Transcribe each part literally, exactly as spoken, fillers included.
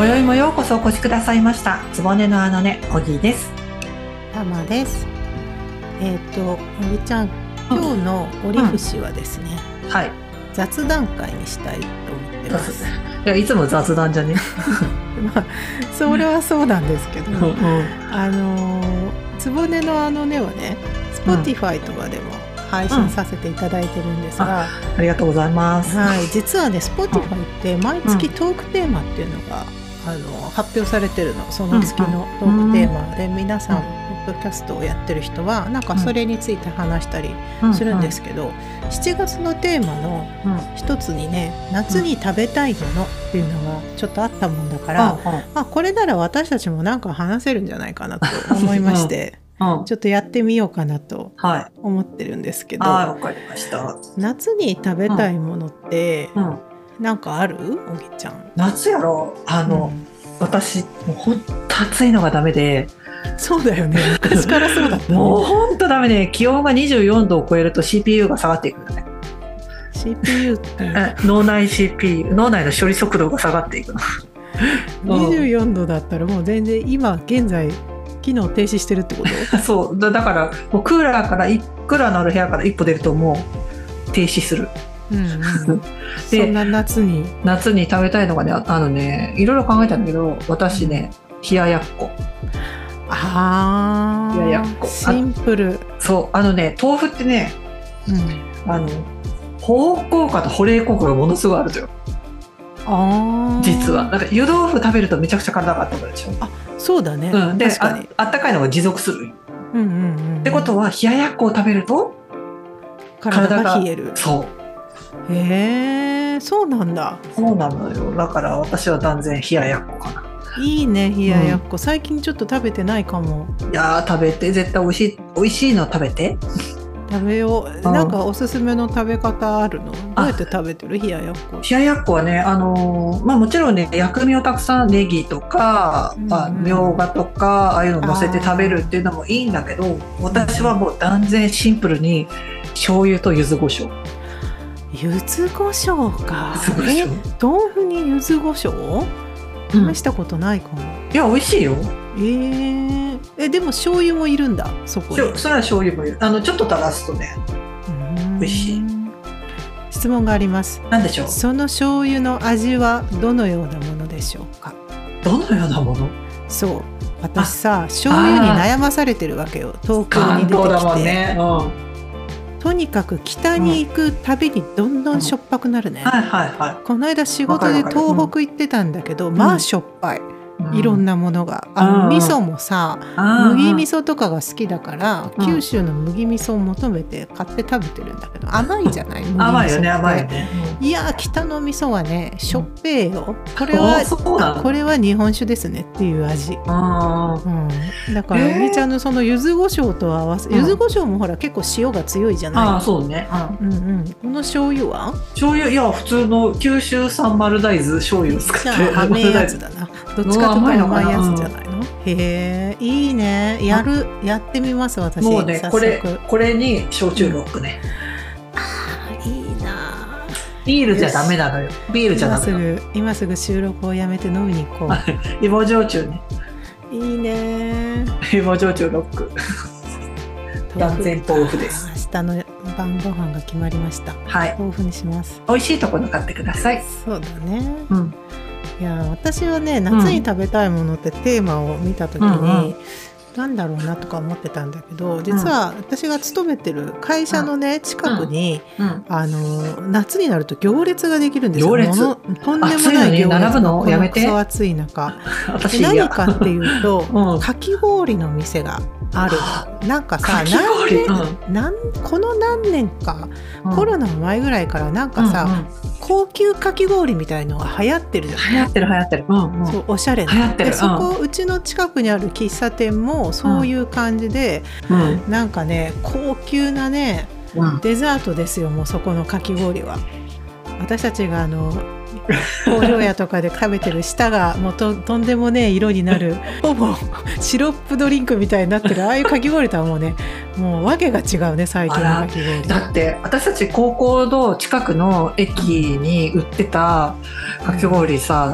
今宵もようこそお越しくださいました。つぼねのあのね、おぎです。 たまです。えっ、ー、と、おぎちゃん、今日の折り節はですね、 うん、はい。 雑談会にしたいと思ってます。 いや、いつも雑談じゃね。 まあ、それはそうなんですけど、うん、あのつぼねのあのねはね、Spotify とかでも配信させていただいてるんですが、うん、 あ, ありがとうございます。 はい、実はね、Spotify って毎月トークテーマっていうのが、うん、あの発表されてるの。その月のトークテーマで、うん、皆さん、うん、ポッドキャストをやってる人はなんかそれについて話したりするんですけど、うんうん、しちがつのテーマの一つにね、夏に食べたいものっていうのがちょっとあったもんだから、うんうん、あ、これなら私たちもなんか話せるんじゃないかなと思いまして、うんうん、ちょっとやってみようかなと思ってるんですけど、 はい、あ、わかりました。 夏に食べたいものって、うんうん、なんかある？おぎちゃん。 夏やろ、あの、うん、私もうほんと暑いのがダメで。 そうだよね、昔からそうだった、ね、 もうほんとダメね。気温がにじゅうよんどを超えると シーピーユー が下がっていくよね。 シーピーユー って脳内 シーピーユー、脳内の処理速度が下がっていくの。 にじゅうよんどだったらもう全然今現在機能停止してるってこと？ そうだ、だからもうクーラーからクーラーのある部屋から一歩出るともう停止する。うんうん、 でそんな夏に夏に食べたいのがね、あのね、いろいろ考えたんだけど、私ね、冷ややっこ。 あ冷ややっこシンプル。 そう、あのね、豆腐ってね、うん、あの保温効果と保冷効果がものすごいあるとよ。あ、実はなんか湯豆腐食べるとめちゃくちゃ体が温まるでしょ。 あ、そうだね、 うん、で、 確かにあ, あったかいのが持続する、うんうんうん、ってことは冷ややっこを食べると体が冷える。 そう、 へえ、そうなんだ。 そうなのよ。だから私は断然冷ややっこかな。 いいね、冷ややっこ、うん、最近ちょっと食べてないかも。 いやー、食べて、絶対美味しい、美味しいの食べて。 食べよう。なんかおすすめの食べ方あるの？どうやって食べてる？冷ややっこ。 冷ややっこはね、あのー、まあもちろんね、薬味をたくさん、ネギとか、うんうん、まあ、みょうがとかああいうの乗せて食べるっていうのもいいんだけど、私はもう断然シンプルに醤油と柚子胡椒。 柚子胡椒か。え、豆腐に柚子胡椒？試したことないかも、うん、 いや美味しいよ。 えー、えでも醤油もいるんだ、そこに。 それは醤油もいる。あのちょっと垂らすとね、美味しい。 質問があります。 何でしょう？ その醤油の味はどのようなものでしょうか？ どのようなもの？そう、 私さ、醤油に悩まされてるわけよ。東京に出てきて、だもんね、うん、とにかく北に行くたびにどんどんしょっぱくなるね、うんはいはいはい、この間仕事で東北行ってたんだけど、うん、まあしょっぱい、うん、いろんなものが、あの、うん、味噌もさ、麦味噌とかが好きだから、うん、九州の麦味噌を求めて買って食べてるんだけど、甘いじゃない？麦味噌って甘いよね、甘いよね、うん、いや北の味噌はねしょっぺーよ、これはこれは日本酒ですねっていう味。あ、うん、だからおみちゃんのその柚子胡椒と合わせ、柚子胡椒もほら結構塩が強いじゃない？ あ、そうね、 うんうん、この醤油は醤油、いや普通の九州産丸大豆醤油を使ってる。 じゃあ甘いやつだな。どっちかというと甘いやつじゃないの？へえ、いいね、やる、やってみます私。 もうね、これこれに焼酎ロックね、 うん、あ、いいな。 ビールじゃダメなのよ。ビールじゃダメなの。 今すぐ今すぐ収録をやめて飲みに行こう。芋焼酎ね。 いいね。 芋焼酎ロック。断然豆腐です。 明日の晩ご飯が決まりました。はい。豆腐にします。 美味しいところ買ってください。 そうだね。うん。いや、私はね、夏に食べたいものってテーマを見た時に、うんうん、なんだろうなとか思ってたんだけど、実は私が勤めてる会社のね、近くに、うんうん、あの夏になると行列ができるんですよ。行列、とんでもない行列が、ね、並ぶのやめて。この暑い中何かっていうと、うん、かき氷の店がある。なんかさ、何年、うん、なんこの何年か、うん、コロナの前ぐらいからなんかさ、うんうん、高級かき氷みたいのが流行ってるじゃん。 流行ってる流行ってる、うんうん、 そうおしゃれな。 流行ってる。 でそこ、うん、うちの近くにある喫茶店もそういう感じで、うん、なんかね高級なね、うん、デザートですよ。もうそこのかき氷は私たちがあの工場屋とかで食べてる舌がもう と, とんでもねえ色になるほぼシロップドリンクみたいになってるああいうかき氷とはもうねもう訳が違うね最近のかき氷。 だって私たち高校の近くの駅に売ってたかき氷さ、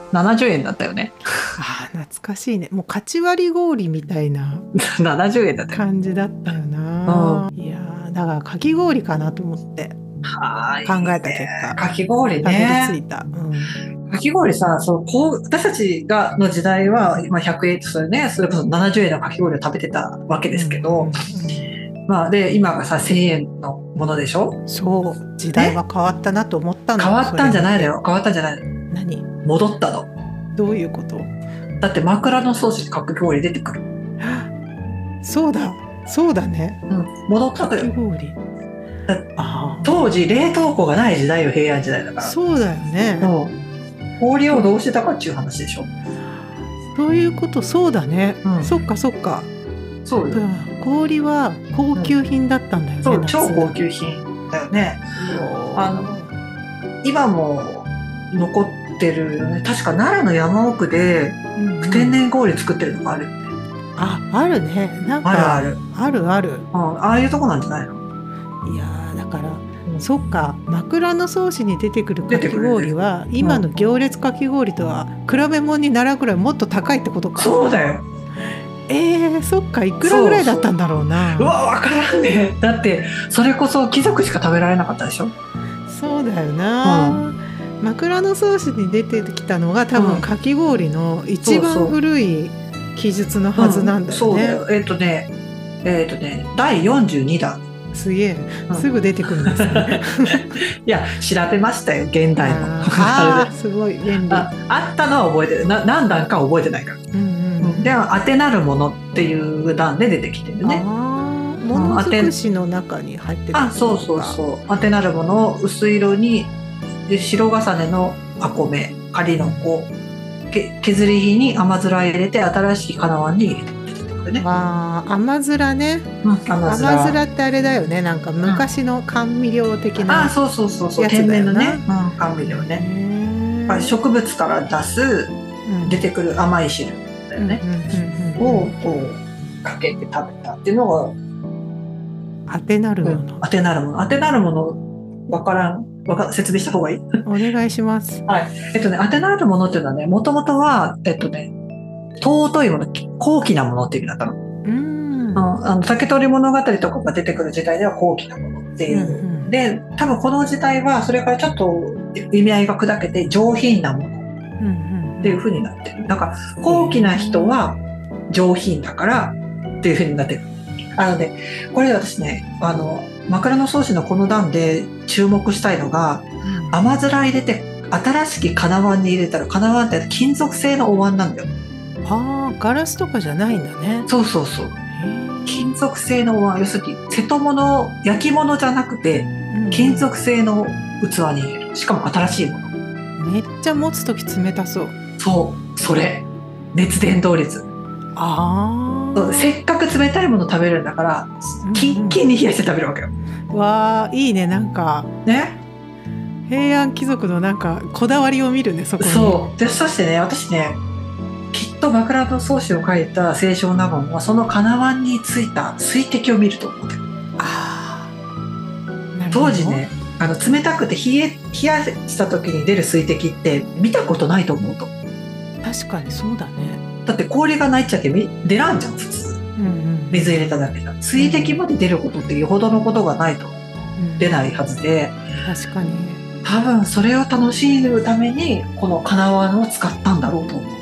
ななじゅうえんだったよね。 ああ、懐かしいね。もうかち割り氷みたいなななじゅうえんだったよ感じだったよな、うん、いやだからかき氷かなと思って考えた結果、 かき氷ね、 たどり着いた、うん、 かき氷さ、そうこう私たちがの時代は今ひゃくえんそれね、それこそななじゅうえんのかき氷を食べてたわけですけど、うんうんうん、まあ、で今がさせんえんのものでしょ。 そう時代は変わったなと思ったの。 変わったんじゃないのよ。変わったんじゃないの。 何？ 戻ったの。 どういうこと？ だって枕草子にかき氷出てくる。 そうだそうだね、 うん、戻ったのよ。 かき氷あ当時冷凍庫がない時代よ、平安時代だから。 そうだよね。 氷をどうしてたかっていう話でしょ。 そういうこと。そうだね、うん、そっかそっか。 そうよ。 氷は高級品だったんだよね、 うん、そう超高級品だよね。あの今も残ってるよね。確か奈良の山奥で天然氷作ってるのがあるよね、うんうん、 ああるね。なんかあるあるあるある、 うん、ああいうとこなんじゃないの。 いやだから、うん、そっか枕草子に出てくるかき氷は今の行列かき氷とは比べ物にならんぐらいもっと高いってことか。 そうだよ。 えー、そっかいくらぐらいだったんだろうな。 そうそううわ分からんね。だってそれこそ貴族しか食べられなかったでしょ。 そうだよな、うん、枕草子に出てきたのが多分かき氷の一番古い記述のはずなんだよね、うん、そうだよ。 えっ、ー、とねえっ、ー、とねだいよんじゅうにだん。 すげえ、うん、すぐ出てくるんですねいや調べましたよ現代の。 ああすごい便利。 あ, あったのは覚えてる。な何段か覚えてないから、うんうん、でも当てなるものっていう段で出てきてるね。 あものづくしの中に入ってる。 あそうそうそう当てなるものを薄色にで白重ねのあこめ仮のこけ削り木に甘面入れて新しい金碗に入れてね、 あ甘面ね、うん、甘面ってあれだよね。なんか昔の甘味料的なやつだよな、うん、あそうそうそうそう天然のね、 うん、甘味料ね。植物から出す、うん、出てくる甘い汁だよね、うんうんうんうん、をこうかけて食べたっていうのが当てなるもの、うん、 当てなるもの当てなるものわからんわか説明した方がいいお願いします。 はいえっとね当てなるものっていうのはねもともとはえっとね尊いもの高貴なものっていう意味だったの。うんあの竹取物語とかが出てくる時代では高貴なものっていう、うんうん、で多分この時代はそれからちょっと意味合いが砕けて上品なものっていう風になってる。だから高貴な人は上品だからっていう風になってる。あのねこれ私ねあの枕草子のこの段で注目したいのが、うん、甘面入れて新しき金碗に入れたら金碗って金属製のお椀なんだよ。 ああガラスとかじゃないんだね。 そうそうそう金属製のお椀、要するに瀬戸物焼き物じゃなくて、うん、金属製の器に入れる。しかも新しいもの。 めっちゃ持つとき冷たそう。 そうそれ熱伝導率。ああせっかく冷たいもの食べるんだからキンキンに冷やして食べるわけよ、 うんうん、わあいいね。なんかね平安貴族のなんかこだわりを見るねそこに。 そうでそしてね私ねきっと枕草子を書いた清少納言はその金碗についた水滴を見ると思ってる。ああ当時ねあの冷たくて冷え冷やした時に出る水滴って見たことないと思うと。 確かにそうだね。 だって氷がないっちゃけ出らんじゃん普通、うんうん、水入れただけじゃ水滴まで出ることってよほどのことがないと出ないはずで、 うん、確かに多分それを楽しむためにこの金碗を使ったんだろうと思う。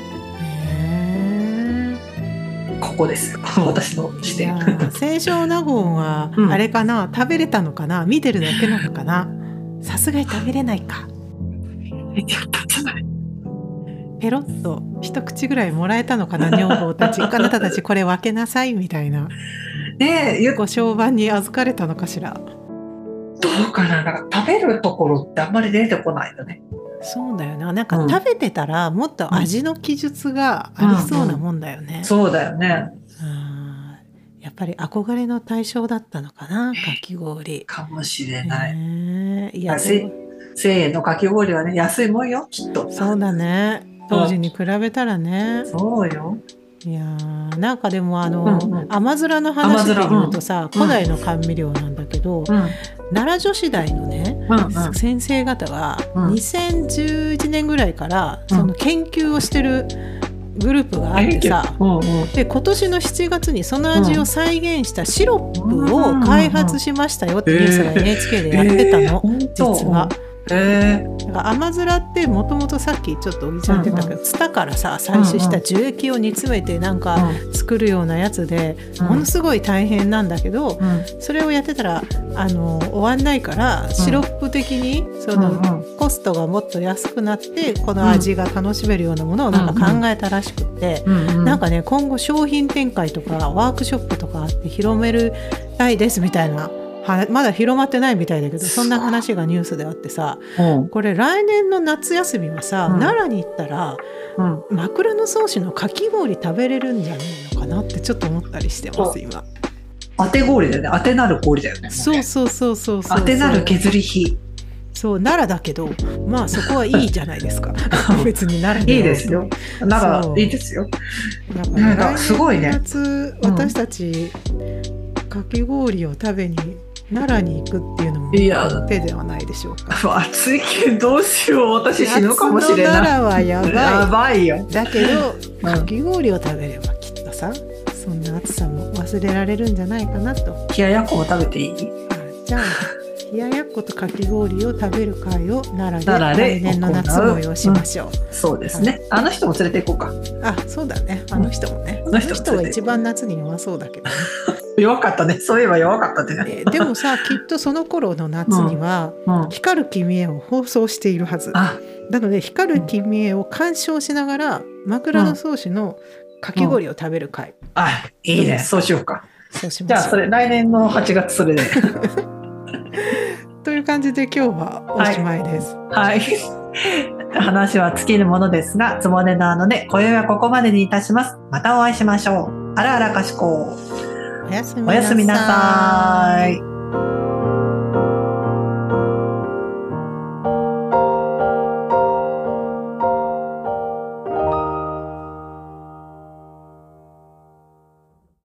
ここです私の視点。 清少納言はあれかな、うん、食べれたのかな見てるだけなのかな。さすがに食べれないか。 やったんじゃない。 ペロッと一口ぐらいもらえたのかな女房たちあなたたちこれ分けなさいみたいな、ね、ご商売に預かれたのかしら。 どうかな。なんか食べるところってあんまり出てこないよね。 そうだよな。なんか食べてたらもっと味の記述がありそうなもんだよね、うんうん、 そうだよね。 うんやっぱり憧れの対象だったのかなかき氷。 かもしれない、えー、いやせんえんのかき氷はね安いもんよきっと。 そうだね当時に比べたらね。 そうよ。 いやなんかでもあの、うんうん、甘面の話で言うとさ、うん、古代の甘味料なんだけど、うん、奈良女子大のね先生方がにせんじゅういちねんぐらいからその研究をしてるグループがあってさ、うんうん、で今年のしちがつにその味を再現したシロップを開発しましたよってニュースが エヌエイチケー でやってたの、えー、実は。 えー、 だから甘酢ってもともとさっきちょっとおぎちゃん言ってたけど、うんうん、ツタからさ採取した樹液を煮詰めてなんか作るようなやつで、うん、ものすごい大変なんだけど、うん、それをやってたらあの終わんないからシロップ的にその、うんうん、コストがもっと安くなってこの味が楽しめるようなものをなんか考えたらしくて、うんうん、なんかね今後商品展開とかワークショップとかあって広めるたいですみたいな、まだ広まってないみたいだけどそんな話がニュースであってさ、うん、これ来年の夏休みはさ、うん、奈良に行ったら、うん、枕草子のかき氷食べれるんじゃないのかなってちょっと思ったりしてます今。 当て氷だよね。当てなる氷だよね。 そうそうそうそうそう。 当てなる削り火。 そう奈良だけどまあそこはいいじゃないですか別に奈良いいですよ。奈良いいですよ。なんかすごいね。 夏私たち、うん、かき氷を食べに奈良に行くっていうのも手ではないでしょうか。 暑いけどどうしよう私死ぬかもしれない。 奈良はやばい。 やばいよ。 だけどかき氷を食べればきっとさそんな暑さも忘れられるんじゃないかなと。 冷ややっこも食べていい？ あじゃあ冷ややっことかき氷を食べる会を奈良で来年の夏催しましょう、 うん、そうですね、はい、あの人も連れて行こうか。あそうだねあの人もね、うん、あの人は一番夏に弱そうだけどね弱かったね。そういえば弱かったね、 えー、でもさきっとその頃の夏には、うんうん、光る君へを放送しているはずなので光る君へを鑑賞しながら枕草子のかき氷を食べる会、うん、 あいいねそうしようか。 そうしましょう。 じゃあそれ来年のはちがつそれでという感じで今日はおしまいです。 はい、はい、話は尽きるものですがつぼねのあのね今宵はここまでにいたします。またお会いしましょう。あらあらかしこ。 おやすみなさい。